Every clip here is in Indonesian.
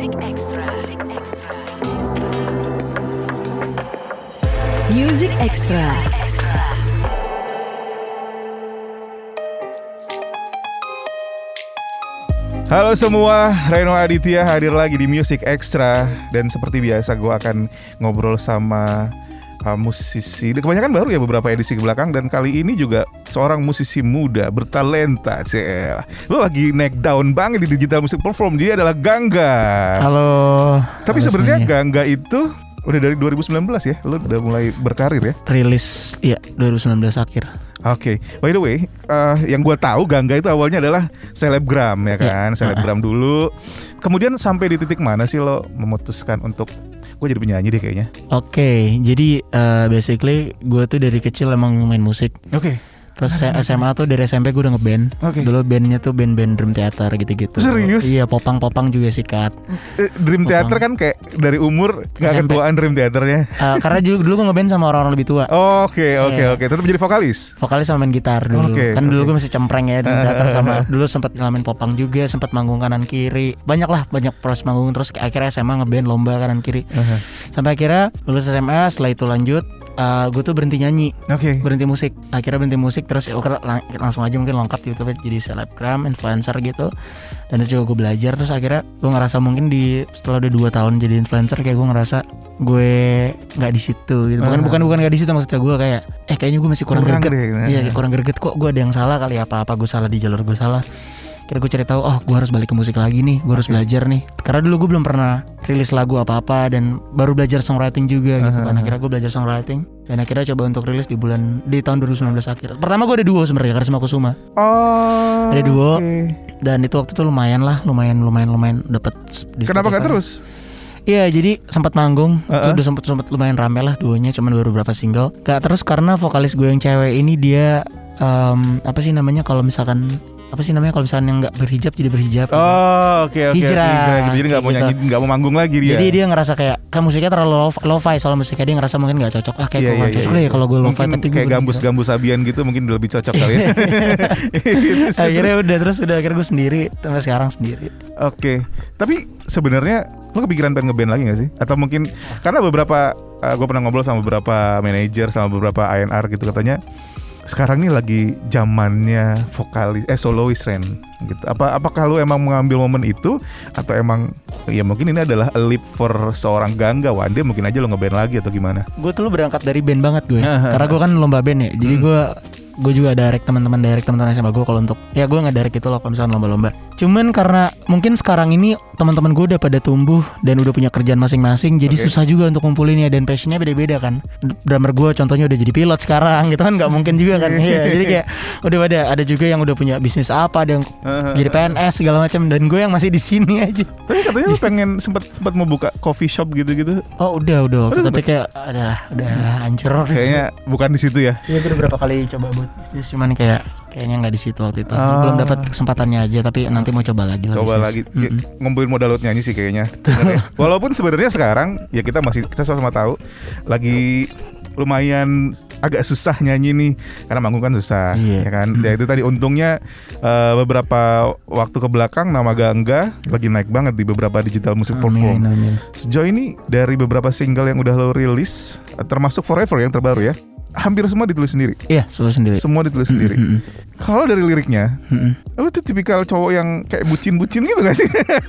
Music Extra. Music Extra. Halo semua, Reno Aditya hadir lagi di Music Extra. Dan seperti biasa gue akan ngobrol sama musisi. Kebanyakan baru ya beberapa edisi ke belakang. Dan kali ini juga seorang musisi muda bertalenta. Lo lagi naik daun banget di digital music platform. Dia adalah Gangga. Halo. Tapi sebenarnya Gangga itu udah dari 2019 ya. Lo udah mulai berkarir ya. Rilis ya 2019 akhir. Oke, by the way, yang gue tahu Gangga itu awalnya adalah selebgram ya kan, selebgram dulu. Kemudian sampai di titik mana sih lo memutuskan untuk gue jadi penyanyi deh kayaknya? Oke, jadi basically gue tuh dari kecil emang main musik. Oke. Terus SMA tuh dari SMP gue udah ngeband. Dulu bandnya tuh band-band Dream Theater gitu-gitu. Serius? Iya, popang-popang juga sikat. Dream Theater kan kayak dari umur gak ketuaan Dream Theaternya. Karena dulu gue ngeband sama orang-orang lebih tua. Oke. Tetap jadi vokalis? Vokalis sama main gitar dulu. Kan dulu gue masih cempreng ya Dream Theater sama. Dulu sempat ngalamin popang juga, sempat manggung kanan kiri. Banyak proses manggung. Terus akhirnya SMA ngeband lomba kanan kiri. Sampai akhirnya lulus SMA, setelah itu lanjut gue tuh berhenti nyanyi, berhenti musik. Akhirnya berhenti musik, terus langsung aja mungkin lengkap di YouTube jadi selebgram, influencer gitu. Dan itu juga gue belajar. Terus akhirnya gue ngerasa mungkin setelah udah 2 tahun jadi influencer, kayak gue ngerasa gue nggak di situ gitu. Bukan nggak di situ, maksudnya gue kayak kayaknya gue masih kurang greget. Iya, kayak kurang greget, kok gue ada yang salah kali, apa gue salah di jalur gue salah. Kira gue cari tahu, gue harus balik ke musik lagi nih, gue harus belajar nih. Karena dulu gue belum pernah rilis lagu apa-apa dan baru belajar songwriting juga gitu kan. Akhirnya gue belajar songwriting dan akhirnya coba untuk rilis di tahun 2019 akhir. Pertama gue ada duo sebenarnya, Karisma Kusuma. Ada duo dan itu waktu itu lumayan dapat. Kenapa nggak terus? Iya, jadi sempat manggung, itu udah sempat lumayan rame lah duonya, cuman baru beberapa single. Gak terus karena vokalis gue yang cewek ini dia apa sih namanya kalau misalkan yang nggak berhijab jadi berhijab. Oke. Hijrah. Gitu. Jadi nggak mau nyanyi, nggak mau manggung lagi dia. Jadi dia ngerasa kayak musiknya terlalu lo-fi, soal musiknya dia ngerasa mungkin nggak cocok. Kayak cocok deh kalau gue lo-fi, tapi kayak gambus Sabian gitu mungkin lebih cocok kali ya. Akhirnya akhirnya gue sendiri, sampai sekarang sendiri. Oke. Tapi sebenarnya lo kepikiran pengen ngeband lagi nggak sih? Atau mungkin karena beberapa gue pernah ngobrol sama beberapa manajer, sama beberapa A&R gitu, katanya sekarang nih lagi zamannya vokalis solois Ren gitu. Apakah lu emang mengambil momen itu atau emang ya mungkin ini adalah a leap for seorang Gangga, one day mungkin aja lo ngeband lagi atau gimana? Gue tuh berangkat dari band banget gue. Karena gue kan lomba band ya. Jadi gue juga direct teman-teman SMA gue kalau untuk gue nggak direct itu loh kalau misalnya lomba-lomba. Cuman karena mungkin sekarang ini teman-teman gue udah pada tumbuh dan udah punya kerjaan masing-masing, jadi susah juga untuk ngumpulin ya, dan passionnya beda-beda kan. Drummer gue contohnya udah jadi pilot sekarang gitu kan, nggak mungkin juga kan. Iya, jadi kayak udah ada juga yang udah punya bisnis apa, ada yang jadi PNS segala macam, dan gue yang masih di sini aja. Tapi katanya lu pengen sempat mau buka coffee shop gitu-gitu. Udah tapi kayak udah hancur. Kayaknya bukan di situ ya. Iya, gue udah berapa kali coba buat bisnis, cuman kayaknya nggak di situ waktu itu. Belum dapat kesempatannya aja, tapi nanti mau coba lagi. Ngumpulin modal buat nyanyi sih kayaknya. Walaupun sebenarnya sekarang ya kita sama tahu lagi lumayan agak susah nyanyi nih karena manggung kan susah, ya kan. Ya itu tadi untungnya beberapa waktu ke belakang nama Gangga lagi naik banget di beberapa digital music platform. Sejauh ini dari beberapa single yang udah lo rilis, termasuk Forever yang terbaru ya, hampir semua ditulis sendiri. Iya, sendiri. Semua ditulis sendiri. Kalau dari liriknya, lu tuh tipikal cowok yang kayak bucin-bucin gitu gak sih?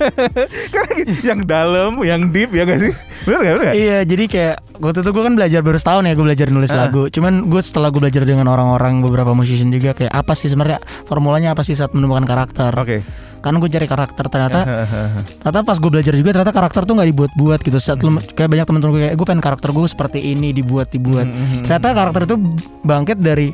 Karena yang dalam, yang deep ya gak sih? Bener gak? Iya, jadi kayak waktu itu gue kan belajar baru setahun ya, gue belajar nulis lagu. Cuman gue setelah gue belajar dengan orang-orang, beberapa musician juga, kayak apa sih sebenarnya formulanya, apa sih saat menemukan karakter. Kan gue cari karakter, ternyata pas gue belajar juga ternyata karakter tuh nggak dibuat-buat gitu. Kayak banyak teman-teman gue kayak gue pengen karakter gue seperti ini, dibuat. Ternyata karakter itu bangkit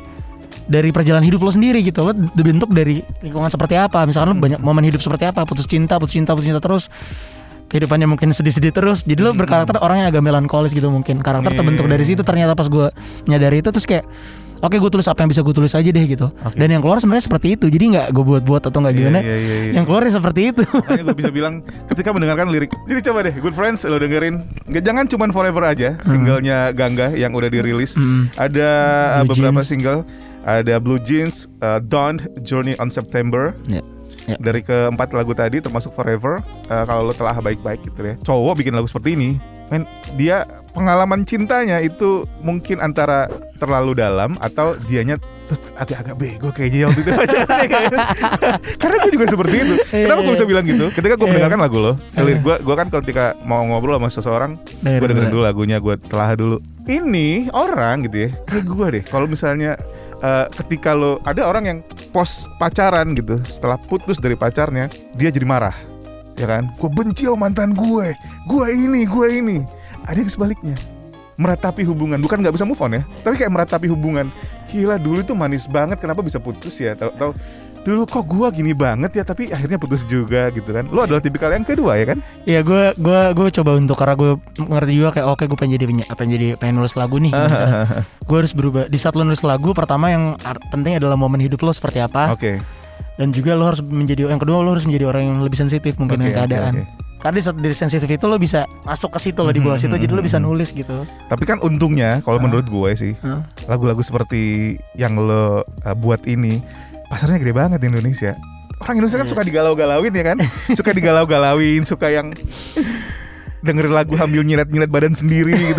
dari perjalanan hidup lo sendiri gitu. Lo dibentuk dari lingkungan seperti apa. Misalkan lo banyak momen hidup seperti apa, putus cinta terus, kehidupannya mungkin sedih-sedih terus. Jadi lo berkarakter orang yang agak melankolis gitu mungkin. Karakter terbentuk dari situ. Ternyata pas gue menyadari itu, terus kayak oke, gue tulis apa yang bisa gue tulis aja deh gitu. Dan yang keluar sebenarnya seperti itu. Jadi gak gue buat-buat atau gak gimana. Yang keluarnya seperti itu. Makanya gue bisa bilang ketika mendengarkan lirik. Jadi coba deh Good Friends lo dengerin. Jangan cuman Forever aja, singlenya Gangga yang udah dirilis. Ada beberapa single. Ada Blue Jeans, Dawn, Journey on September. Dari keempat lagu tadi termasuk Forever, kalau lo telah baik-baik gitu ya, cowok bikin lagu seperti ini, men, dia pengalaman cintanya itu mungkin antara terlalu dalam atau dianya agak-agak bego kayaknya waktu itu. Karena gue juga seperti itu. Kenapa gue bisa bilang gitu? Ketika gue mendengarkan lagu lo, gue kan ketika mau ngobrol sama seseorang, gue dengerin dulu lagunya, gue telah dulu. Ini orang gitu ya, kayak gue deh. Kalau misalnya ketika lo ada orang yang post pacaran gitu, setelah putus dari pacarnya, dia jadi marah, ya kan? Gue benci sama mantan gue ini. Ada yang sebaliknya, meratapi hubungan, bukan nggak bisa move on ya, tapi kayak meratapi hubungan. Gila, dulu itu manis banget, kenapa bisa putus ya? Tahu dulu kok gue gini banget ya, tapi akhirnya putus juga gitu kan. Lo adalah tipikal yang kedua ya kan? Iya, gue coba untuk, karena gue ngerti juga kayak oke, gue pengen nulis lagu nih. Gue harus berubah. Di saat lo nulis lagu, pertama yang penting adalah momen hidup lo seperti apa. Oke. Dan juga lo harus menjadi, yang kedua lo harus menjadi orang yang lebih sensitif mungkin dengan keadaan. Karena di saat diri sensitif itu lo bisa masuk ke situ, lo di bawah situ, jadi lo bisa nulis gitu. Tapi kan untungnya kalau menurut gue sih, lagu-lagu seperti yang lo buat ini pasarnya gede banget di Indonesia. Orang Indonesia kan suka digalau-galauin ya kan, suka digalau-galauin, suka yang dengerin lagu sambil nyilet-nyilet badan sendiri gitu.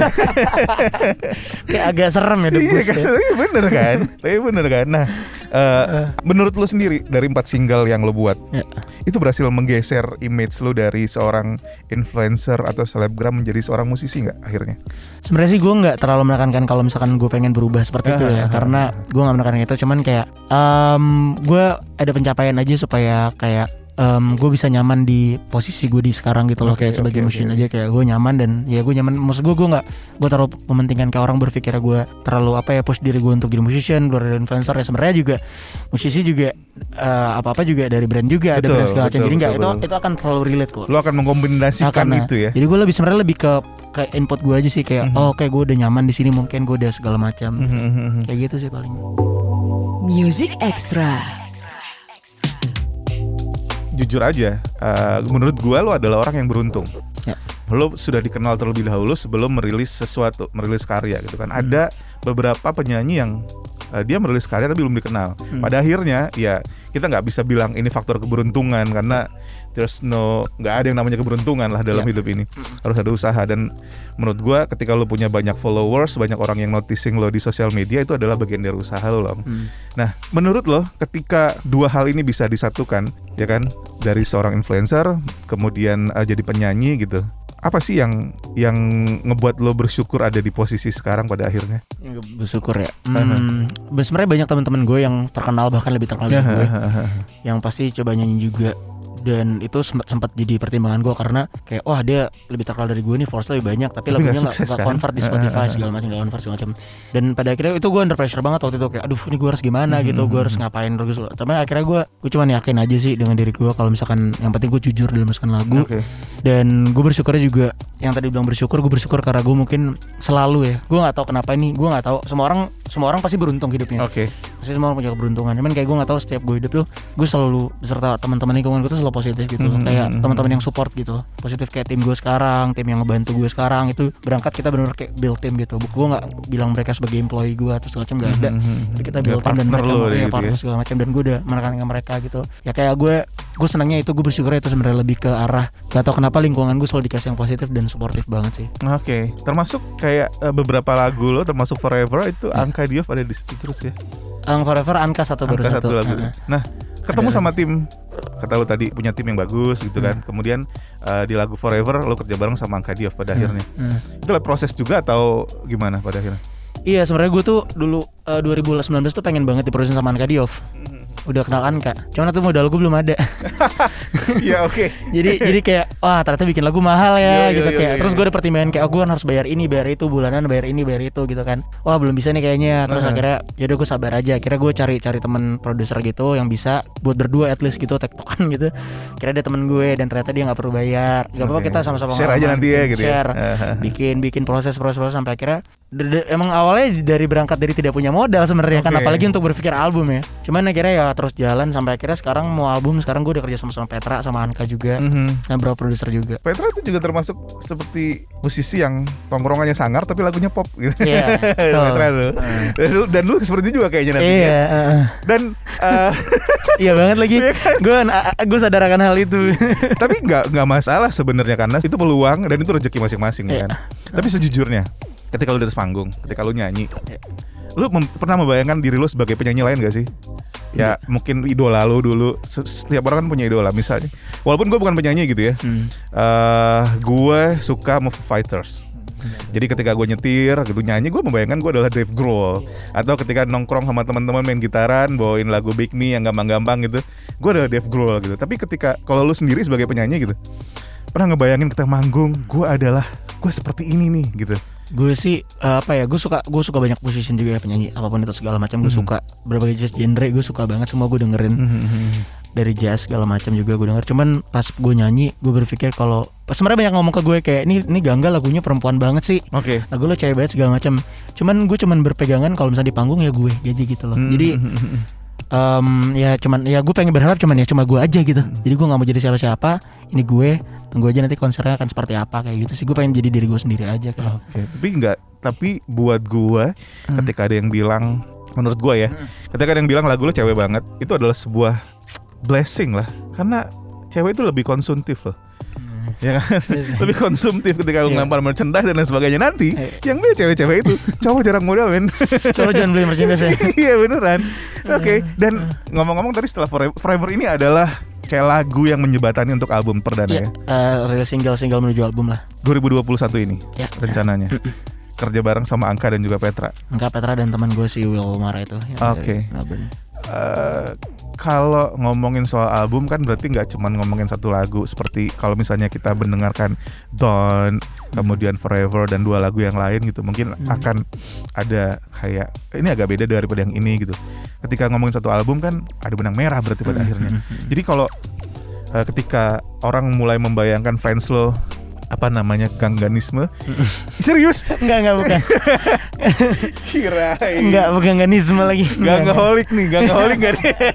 Kayak agak serem ya Iya kan? Tapi bener kan. Nah, menurut lo sendiri dari 4 single yang lo buat, itu berhasil menggeser image lo dari seorang influencer atau selebgram menjadi seorang musisi nggak akhirnya? Sebenarnya sih gue nggak terlalu menekankan kalau misalkan gue pengen berubah seperti itu ya, karena gue nggak menekankan itu. Cuman kayak gue ada pencapaian aja supaya kayak gue bisa nyaman di posisi gue di sekarang gitu loh, kayak sebagai musician aja kayak gue nyaman, dan ya gue nyaman. Maksud gue nggak gue terlalu mementingkan kayak orang berpikir gue terlalu push diri gue untuk jadi musician, keluar dari influencer ya. Sebenarnya juga musisi juga apa juga dari brand juga, ada brand segala macam. Jadi nggak, itu akan terlalu relate kok. Lo akan mengkombinasikan itu ya. Jadi gue sebenarnya lebih ke input gue aja sih, kayak kayak gue udah nyaman di sini, mungkin gue udah segala macam. Kayak gitu sih paling. Music Extra. Jujur aja, menurut gue lo adalah orang yang beruntung. Lo sudah dikenal terlebih dahulu sebelum merilis sesuatu, merilis karya gitu kan. Ada beberapa penyanyi yang dia merilis karya tapi belum dikenal. Pada akhirnya ya kita nggak bisa bilang ini faktor keberuntungan, karena terus nggak ada yang namanya keberuntungan lah dalam hidup ini. Harus ada usaha. Dan menurut gue ketika lo punya banyak followers, banyak orang yang noticing lo di sosial media, itu adalah bagian dari usaha lo. Nah, menurut lo ketika dua hal ini bisa disatukan, ya kan, dari seorang influencer kemudian jadi penyanyi gitu, apa sih yang ngebuat lo bersyukur ada di posisi sekarang pada akhirnya? Bersyukur ya. Sebenarnya banyak teman-teman gue yang terkenal, bahkan lebih terkenal dari gue, yang pasti coba nyanyi juga. Dan itu sempat jadi pertimbangan gue, karena kayak wah dia lebih terkenal dari gue nih, force lebih banyak, tapi lagunya nggak convert di Spotify segala macam. Dan pada akhirnya itu gue under pressure banget waktu itu, kayak aduh ini gue harus gimana gitu, gue harus ngapain terus. Tapi akhirnya gue cuma yakin aja sih dengan diri gue, kalau misalkan yang penting gue jujur dalam menuliskan lagu. Dan gue bersyukurnya juga, yang tadi bilang bersyukur, gue bersyukur karena gue mungkin selalu ya, gue nggak tahu kenapa ini, gue nggak tahu, semua orang pasti beruntung hidupnya. Pasti semua orang punya keberuntungan. Cuman kayak gue nggak tahu, setiap gue hidup tuh gue selalu beserta teman-teman lingkungan gue tuh selalu positif gitu. Kayak teman-teman yang support gitu, positif. Kayak tim gue sekarang, tim yang ngebantu gue sekarang itu berangkat, kita benar-benar kayak build team gitu. Gue nggak bilang mereka sebagai employee gue atau segala macam, nggak ada. Tapi kita build team dan mereka ya partner segala macam, dan gue udah menekankan mereka gitu. Ya kayak gue senangnya itu, gue bersyukur itu sebenarnya lebih ke arah gak tau kenapa lingkungan gue selalu dikasih yang positif dan suportif banget sih. Termasuk kayak beberapa lagu lo, termasuk Forever itu Angka Diof ada di situ terus ya. Forever Angka satu baru satu lagu. Nah, ketemu sama tim, kata lo tadi punya tim yang bagus gitu kan. Kemudian di lagu Forever lo kerja bareng sama Angka Diof pada akhirnya. Itu lah proses juga atau gimana pada akhirnya? Iya, sebenarnya gue tuh dulu 2019 tuh pengen banget diproduksi sama Angka Diof. Udah kenal Anka, cuman itu modal gue belum ada. Iya Jadi kayak wah ternyata bikin lagu mahal ya gitu kayak. Terus gue ada pertimbangan kayak gue harus bayar ini, bayar itu, bulanan bayar ini, bayar itu gitu kan. Wah belum bisa nih kayaknya. Terus akhirnya yaudah gue sabar aja. Akhirnya gue cari teman produser gitu yang bisa buat berdua at least gitu, tektokan gitu. Kira ada teman gue dan ternyata dia nggak perlu bayar. Gak apa-apa, kita sama-sama share aja nanti ya gitu. Share, bikin proses sampai akhirnya emang awalnya dari berangkat dari tidak punya modal sebenarnya kan, apalagi untuk berpikir album ya. Cuman akhirnya ya terus jalan sampai akhirnya sekarang mau album. Sekarang gue udah kerja sama Petra sama Anka juga, dan beberapa produser juga. Petra itu juga termasuk seperti musisi yang tongkrongannya sangar tapi lagunya pop gitu. Iya. Petra tuh. Dan lu seperti juga kayaknya nanti. Iya. Dan iya banget lagi. Gue sadar akan hal itu. Tapi nggak masalah sebenarnya karena itu peluang dan itu rezeki masing-masing kan. Tapi sejujurnya ketika lu di atas panggung, ketika lu nyanyi, lu pernah membayangkan diri lu sebagai penyanyi lain gak sih? Ya mungkin idola lu dulu. Setiap orang kan punya idola misalnya. Walaupun gue bukan penyanyi gitu ya, gue suka Foo Fighters. Jadi ketika gue nyetir gitu nyanyi, gue membayangkan gue adalah Dave Grohl. Atau ketika nongkrong sama teman-teman main gitaran, bawain lagu Big Me yang gampang-gampang gitu, gue adalah Dave Grohl gitu. Tapi ketika kalau lu sendiri sebagai penyanyi gitu, pernah ngebayangin kita manggung, gue seperti ini nih gitu? Gue sih gue suka banyak musician juga ya, penyanyi apapun itu segala macam gue suka, berbagai genre gue suka banget, semua gue dengerin. Dari jazz segala macam juga gue denger. Cuman pas gue nyanyi gue berpikir kalau sebenarnya banyak ngomong ke gue kayak ini Gangga lagunya perempuan banget sih. Lagu lo cewek banget segala macam. Cuman gue berpegangan kalau misalnya di panggung ya gue jadi gitu loh. Jadi gue pengen berharap cuma gue aja gitu. Jadi gue nggak mau jadi siapa-siapa. Ini gue, tunggu aja nanti konsernya akan seperti apa kayak gitu sih. Gue pengen jadi diri gue sendiri aja kayak. Tapi buat gue ketika ada yang bilang, menurut gue ya, ketika ada yang bilang lagu lo cewek banget, itu adalah sebuah blessing lah. Karena cewek itu lebih konsumtif loh. Ya kan? Lebih konsumtif ketika ngelempar merchandise dan lain sebagainya. Nanti yang beli cewek-cewek itu cowok jarang modal men. Cowok jangan beli merchandise ya. Iya beneran. Dan ngomong-ngomong tadi setelah Forever ini adalah kayak lagu yang menjembatani untuk album perdana ya. Rilis single menuju album lah. 2021 ini rencananya. Kerja bareng sama Anka dan juga Petra. Anka, Petra dan teman gue si Will Mara itu. Kalau ngomongin soal album kan berarti nggak cuma ngomongin satu lagu. Seperti kalau misalnya kita mendengarkan Dawn, kemudian Forever dan 2 lagu yang lain gitu, mungkin akan ada kayak ini agak beda daripada yang ini gitu. Ketika ngomongin satu album kan ada benang merah berarti pada akhirnya. Jadi kalau ketika orang mulai membayangkan fans lo gangganisme. Serius? Enggak bukan. Kirain. Enggak, bukan gangganisme lagi. Gangaholic enggak nih.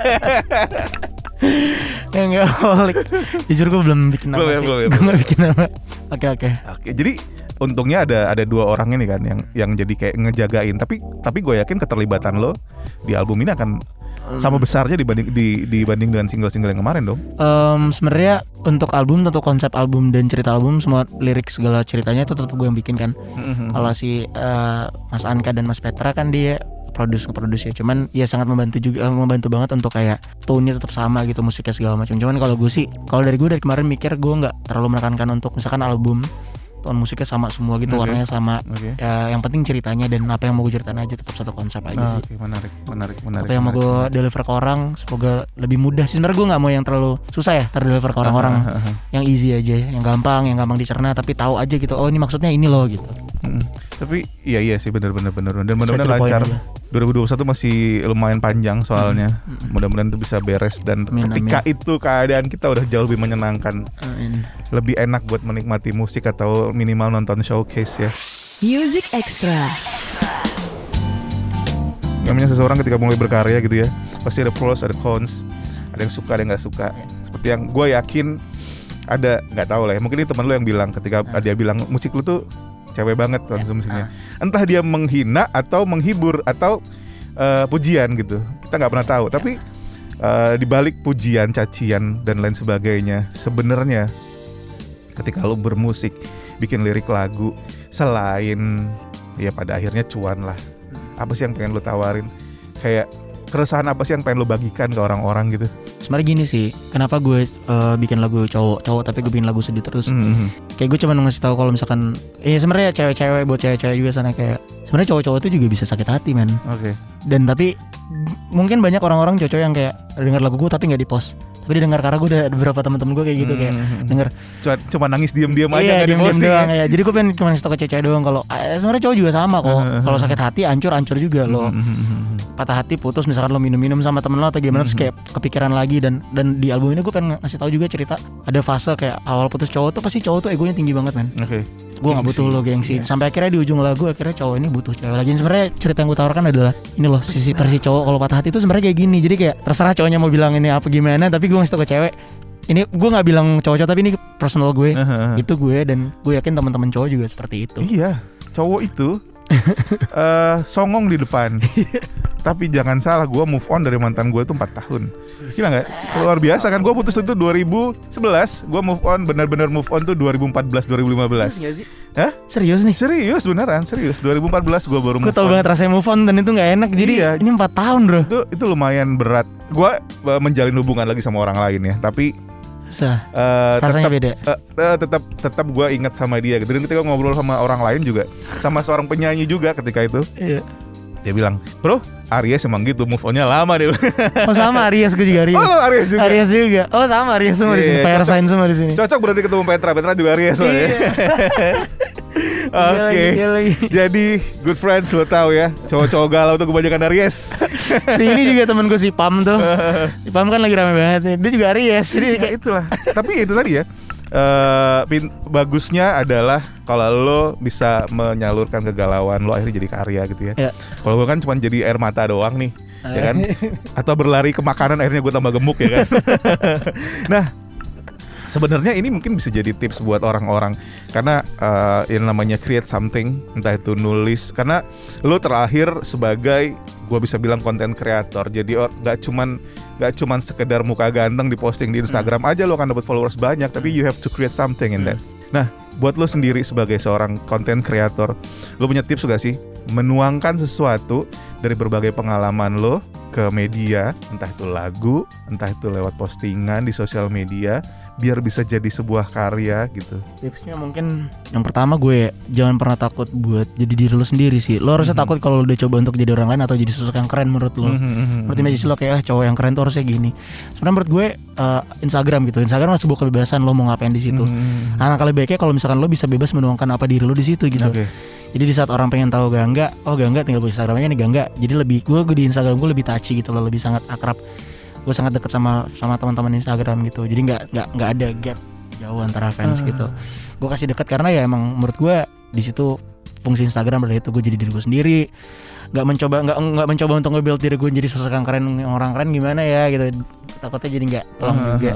Gangaholic. Jujur gue belum bikin nama sih. Gue enggak bikin nama. Oke. Jadi untungnya ada 2 orang ini kan yang jadi kayak ngejagain. Tapi gue yakin keterlibatan lo di album ini akan sama besarnya dibanding dengan single-single yang kemarin dong. Sebenarnya untuk album, tentu konsep album dan cerita album, semua lirik segala ceritanya itu tetap gue yang bikin kan. Kalau si Mas Anka dan Mas Petra kan dia nge-produce ya. Cuman ya sangat membantu banget untuk kayak tone-nya tetap sama gitu, musiknya segala macam. Cuman kalau gue sih, kalau dari kemarin mikir gue nggak terlalu menekankan untuk misalkan album tone musiknya sama semua gitu, warnanya sama. Ya, yang penting ceritanya dan apa yang mau gue ceritain aja tetap satu konsep aja sih. Menarik. Apa yang mau gue deliver ke orang semoga lebih mudah sih. Sebenarnya gue nggak mau yang terlalu susah ya terdeliver ke orang-orang. Yang easy aja, yang gampang dicerna tapi tahu aja gitu. Oh ini maksudnya ini loh gitu. Tapi iya sih benar dan mudah-mudahan lancar. 2021 masih lumayan panjang soalnya. Mudah-mudahan itu bisa beres dan ketika itu keadaan kita udah jauh lebih menyenangkan. Lebih enak buat menikmati musik atau minimal nonton showcase ya. Music Extra. Namanya seseorang ketika mulai berkarya gitu ya, pasti ada pros, ada cons, ada yang suka, ada yang nggak suka. Seperti yang gue yakin ada, nggak tahu lah ya, mungkin ini teman lu yang bilang ketika dia bilang musik lu tuh cewek banget konsumsinya. Entah dia menghina atau menghibur atau pujian gitu, kita nggak pernah tahu. Tapi di balik pujian, cacian dan lain sebagainya, sebenarnya ketika lu bermusik, bikin lirik lagu, selain ya pada akhirnya cuan lah, apa sih yang pengen lu tawarin? Kayak keresahan apa sih yang pengen lu bagikan ke orang-orang gitu? Sebenarnya gini sih, kenapa gue bikin lagu cowok tapi gue bikin lagu sedih terus. Kayak gue cuma ngasih tahu kalau misalkan sebenarnya cewek-cewek, buat cewek-cewek juga sana, kayak sebenarnya cowok-cowok itu juga bisa sakit hati men. Dan tapi mungkin banyak orang-orang cowok yang kayak dengar lagu gue tapi nggak di-post. Tapi dia dengar, karena gue ada beberapa teman-teman gue kayak gitu, kayak denger cuma nangis diam-diam aja, nggak di-posting doang ya. Jadi gue pengen cuma ngasih tau ke cewek doang kalau sebenarnya cowok juga sama kok. Kalau sakit hati hancur juga lo. Patah hati, putus, misalkan lo minum-minum sama temen lo atau gimana, terus kayak kepikiran lagi, dan di album ini gue pengen ngasih tahu juga cerita ada fase kayak awal putus cowok tuh pasti cowok tuh egonya tinggi banget men. gue nggak butuh lo gengsi. Sampai akhirnya di ujung lagu akhirnya cowok ini butuh cewek lagi. Sebenarnya cerita yang gue tawarkan adalah ini loh sisi versi cowok kalau patah hati itu sebenarnya kayak gini. Jadi kayak terserah cowoknya mau bilang ini apa gimana, tapi gue ngasih tau ke cewek. Ini gue nggak bilang cowok-cowok, tapi ini personal gue. Itu gue, dan gue yakin teman-teman cowok juga seperti itu. Iya, cowok itu songong di depan. Tapi jangan salah, gue move on dari mantan gue itu 4 tahun. Gila gak? Luar biasa kan. Gue putus itu 2011. Gue move on, benar-benar move on tuh 2014-2015. Hah? Serius nih? Serius beneran, serius. 2014 gue baru move on. Gue tau banget rasanya move on dan itu gak enak. Jadi iya, ini 4 tahun bro. Itu lumayan berat. Gue menjalin hubungan lagi sama orang lain ya. Tapi rasanya beda. Tetap gue ingat sama dia gitu. Dan ketika ngobrol sama orang lain juga, sama seorang penyanyi juga ketika itu, iya. Dia bilang, bro, Aries emang gitu, move on-nya lama dia. Oh sama Aries, gue juga Aries. Oh Aries juga. Aries juga. Oh sama Aries semua di sini. Fire sign semua di sini. Cocok berarti ketemu Petra juga Aries soalnya. Oke. Jadi good friends, lo tahu ya, cowok-cowok galau tuh kebanyakan Aries. Si ini juga temen gue si Pam tuh. Si Pam kan lagi rame banget. Dia juga Aries. Jadi ya, itulah. Tapi itu tadi ya. Bagusnya adalah kalau lo bisa menyalurkan kegalauan lo akhirnya jadi karya gitu ya. Kalau gue kan cuma jadi air mata doang nih, ya kan? Atau berlari ke makanan akhirnya gue tambah gemuk ya kan. Nah, sebenarnya ini mungkin bisa jadi tips buat orang-orang karena yang namanya create something, entah itu nulis, karena lo terakhir sebagai, gue bisa bilang konten kreator. Jadi nggak cuman sekedar muka ganteng diposting di Instagram aja lo akan dapat followers banyak, tapi you have to create something in that. Nah, buat lo sendiri sebagai seorang konten kreator, lo punya tips gak sih menuangkan sesuatu dari berbagai pengalaman lo ke media, entah itu lagu, entah itu lewat postingan di sosial media, biar bisa jadi sebuah karya gitu? Tipsnya mungkin yang pertama gue jangan pernah takut buat jadi diri lo sendiri sih. Lo harusnya takut kalau lo udah coba untuk jadi orang lain atau jadi sosok yang keren menurut lo. Menurut imajinasi lo kayak cowok yang keren tuh harusnya gini. Sebenarnya menurut gue Instagram gitu. Instagram adalah sebuah kebebasan lo mau ngapain di situ. Nah, kali baiknya kalau misalkan lo bisa bebas menuangkan apa diri lo di situ gitu. Jadi di saat orang pengen tahu Gangga, oh Gangga tinggal buat Instagramnya nih Gangga. Jadi lebih gue di Instagram gue lebih touchy gitu loh, lebih sangat akrab. Gue sangat dekat sama teman-teman Instagram gitu. Jadi nggak ada gap jauh antara fans gitu. Gue kasih dekat karena ya emang menurut gue di situ fungsi Instagram adalah itu gue jadi diri gue sendiri. Nggak mencoba untuk nge-build diri gue jadi sosok yang keren, orang keren gimana ya gitu. Takutnya jadi nggak plong juga.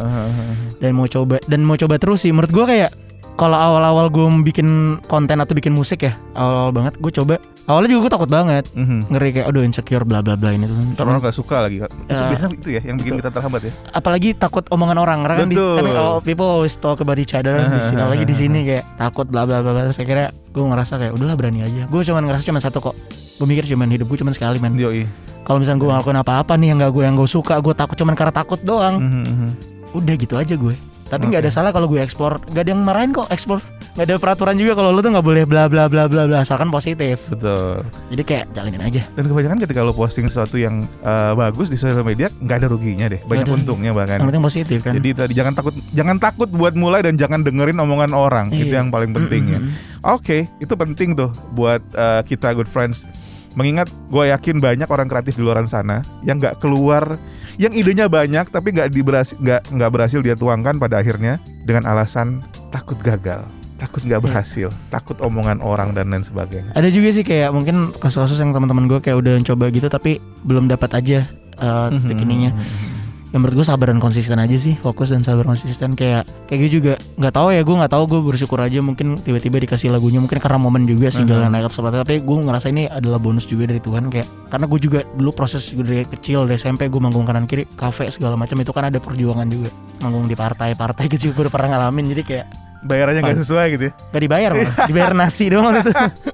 Dan mau coba terus sih. Menurut gue kayak kalau awal-awal gue bikin konten atau bikin musik ya, awal banget gue coba. Awalnya juga gue takut banget, ngeri kayak aduh insecure bla bla bla ini tuh. Orang gak suka lagi. Biasanya itu ya yang bikin kita terhambat ya. Apalagi takut omongan orang, karena kan people always talk about each other di sini. Apalagi di sini kayak takut bla bla bla. Saya kira gue ngerasa kayak udahlah berani aja. Gue ngerasa cuma satu kok. Gue mikir cuman hidup gue cuma sekali men. Kalau misalnya gue ngelakuin apa-apa nih yang gue suka, gue takut cuman karena takut doang. Udah gitu aja gue. Tapi nggak ada salah kalau gue explore, nggak ada yang marahin kok explore, nggak ada peraturan juga kalau lo tuh nggak boleh bla bla bla bla bla asalkan positif. Betul. Jadi kayak jalanin aja. Dan kebanyakan ketika lo posting sesuatu yang bagus di sosial media nggak ada ruginya deh, banyak untungnya bahkan. Yang penting positif kan. Jadi tadi jangan takut buat mulai dan jangan dengerin omongan orang, itu yang paling penting ya. Oke, itu penting tuh buat kita good friends. Mengingat gue yakin banyak orang kreatif di luar sana yang nggak keluar, yang idenya banyak tapi nggak berhasil dia tuangkan pada akhirnya dengan alasan takut gagal, takut nggak berhasil, takut omongan orang dan lain sebagainya. Ada juga sih kayak mungkin kasus-kasus yang teman-teman gue kayak udah coba gitu tapi belum dapat aja titik ininya. Ya menurut gue sabar dan konsisten aja sih, fokus dan sabar konsisten kayak gue juga nggak tahu ya, gue bersyukur aja mungkin tiba-tiba dikasih lagunya mungkin karena momen juga sih jalan naik seperti, tapi gue ngerasa ini adalah bonus juga dari Tuhan kayak karena gue juga dulu proses dari kecil dari SMP gue manggung kanan kiri kafe segala macam itu kan ada perjuangan juga, manggung di partai kecil gue udah pernah ngalamin, jadi kayak bayarannya nggak sesuai gitu ya? Nggak dibayar malah, dibayar nasi doang gitu.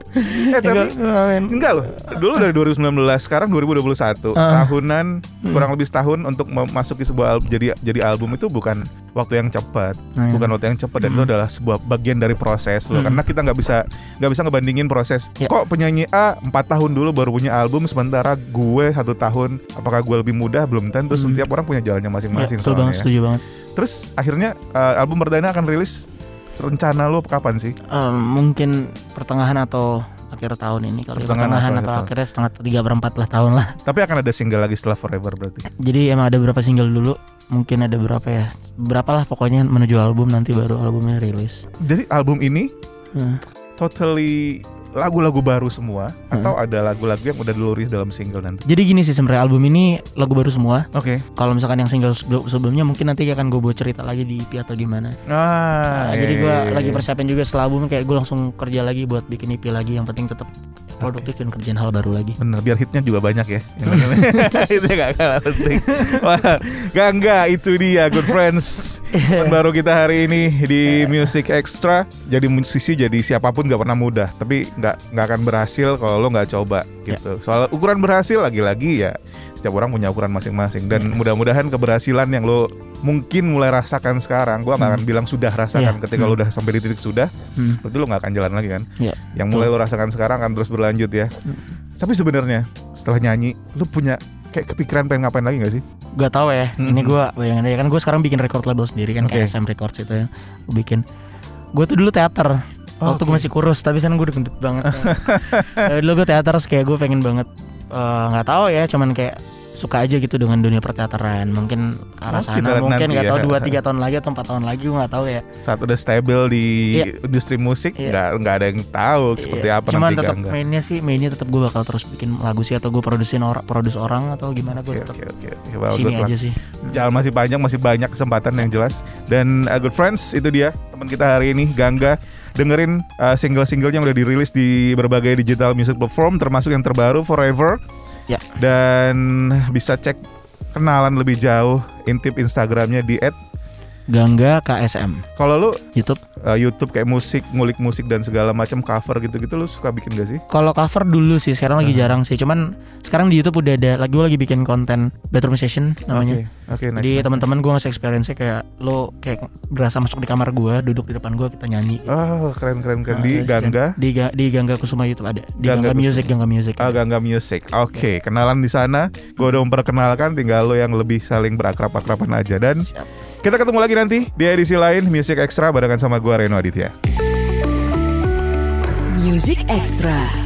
Tapi enggak loh, dulu dari 2019 sekarang 2021 setahunan, kurang lebih setahun untuk memasuki sebuah jadi album itu bukan waktu yang cepat, dan itu adalah sebuah bagian dari proses loh. Karena kita nggak bisa ngebandingin proses. Kok penyanyi A 4 tahun dulu baru punya album, sementara gue 1 tahun, apakah gue lebih mudah? Belum tentu. Setiap orang punya jalannya masing-masing. Betul banget, setuju banget. Terus akhirnya album perdana akan rilis. Rencana lo kapan sih? Mungkin pertengahan atau akhir tahun ini kali. Pertengahan atau akhirnya setengah 3/4 lah tahun lah. Tapi akan ada single lagi setelah Forever berarti? Jadi emang ada beberapa single dulu. Mungkin ada berapa ya? Berapa lah pokoknya menuju album, nanti baru albumnya rilis. Jadi album ini totally lagu-lagu baru semua atau ada lagu-lagu yang udah dulu rilis dalam single nanti? Jadi gini sih sebenarnya album ini lagu baru semua. Oke. Kalau misalkan yang single sebelumnya mungkin nanti akan gue buat cerita lagi di EP atau gimana. Jadi gue lagi persiapin juga setelah album kayak gue langsung kerja lagi buat bikin EP lagi. Yang penting tetap produktif dan kerjaan hal baru lagi. Bener, biar hitnya juga banyak ya. Hitnya gak kalah penting. Wah, Gangga itu dia Good Friends. Baru kita hari ini di Music Extra. Jadi musisi jadi siapapun gak pernah mudah, tapi nggak akan berhasil kalau lo nggak coba gitu. Soal ukuran berhasil lagi-lagi ya setiap orang punya ukuran masing-masing dan mudah-mudahan keberhasilan yang lo mungkin mulai rasakan sekarang, gue nggak akan bilang sudah rasakan ketika lo udah sampai di titik sudah, berarti lo nggak akan jalan lagi kan. Yang mulai lo rasakan sekarang akan terus berlanjut ya. Tapi sebenarnya setelah nyanyi lo punya kayak kepikiran pengen ngapain lagi nggak sih? Gak tahu ya. Ini gue bayangin aja kan gue sekarang bikin record label sendiri kan kayak SM Records itu ya. Gue bikin. Gue tuh dulu teater. Waktu gue masih kurus, tapi sekarang gue udah gendut banget. Dulu gue teater, kayak gue pengen banget nggak tahu ya, cuman kayak suka aja gitu dengan dunia perteateran. Mungkin ke arah sana, mungkin nggak tahu 2-3 tahun lagi atau 4 tahun lagi, gue nggak tahu ya. Saat udah stable di industri musik, nggak ada yang tahu seperti apa cuman nanti. Cuman tetap mainnya tetap gue bakal terus bikin lagu sih, atau gue produce orang atau gimana, gue tetap sini aja sih. Jalan masih banyak kesempatan yang jelas. Dan Good Friends itu dia teman kita hari ini, Gangga. Dengerin single-singlenya yang udah dirilis di berbagai digital music platform, termasuk yang terbaru Forever. Dan bisa cek kenalan lebih jauh, intip Instagramnya di @Gangga KSM. Kalau lu YouTube kayak musik, ngulik musik dan segala macam cover gitu-gitu, lu suka bikin gak sih? Kalau cover dulu sih, sekarang lagi jarang sih. Cuman sekarang di YouTube udah ada, gue lagi bikin konten bedroom session namanya. Nice. Jadi teman-teman gue ngasih experience-nya kayak lo kayak berasa masuk di kamar gue, duduk di depan gue, kita nyanyi. Oh, keren. Di Gangga. Di Gangga Kusuma YouTube ada. Di Gangga Music. Gangga Music. Oke, kenalan di sana. Gue udah memperkenalkan, tinggal lo yang lebih saling berakrab-akraban aja. Dan kita ketemu lagi nanti di edisi lain Music Extra barengan sama gue Reno Aditya. Music Extra.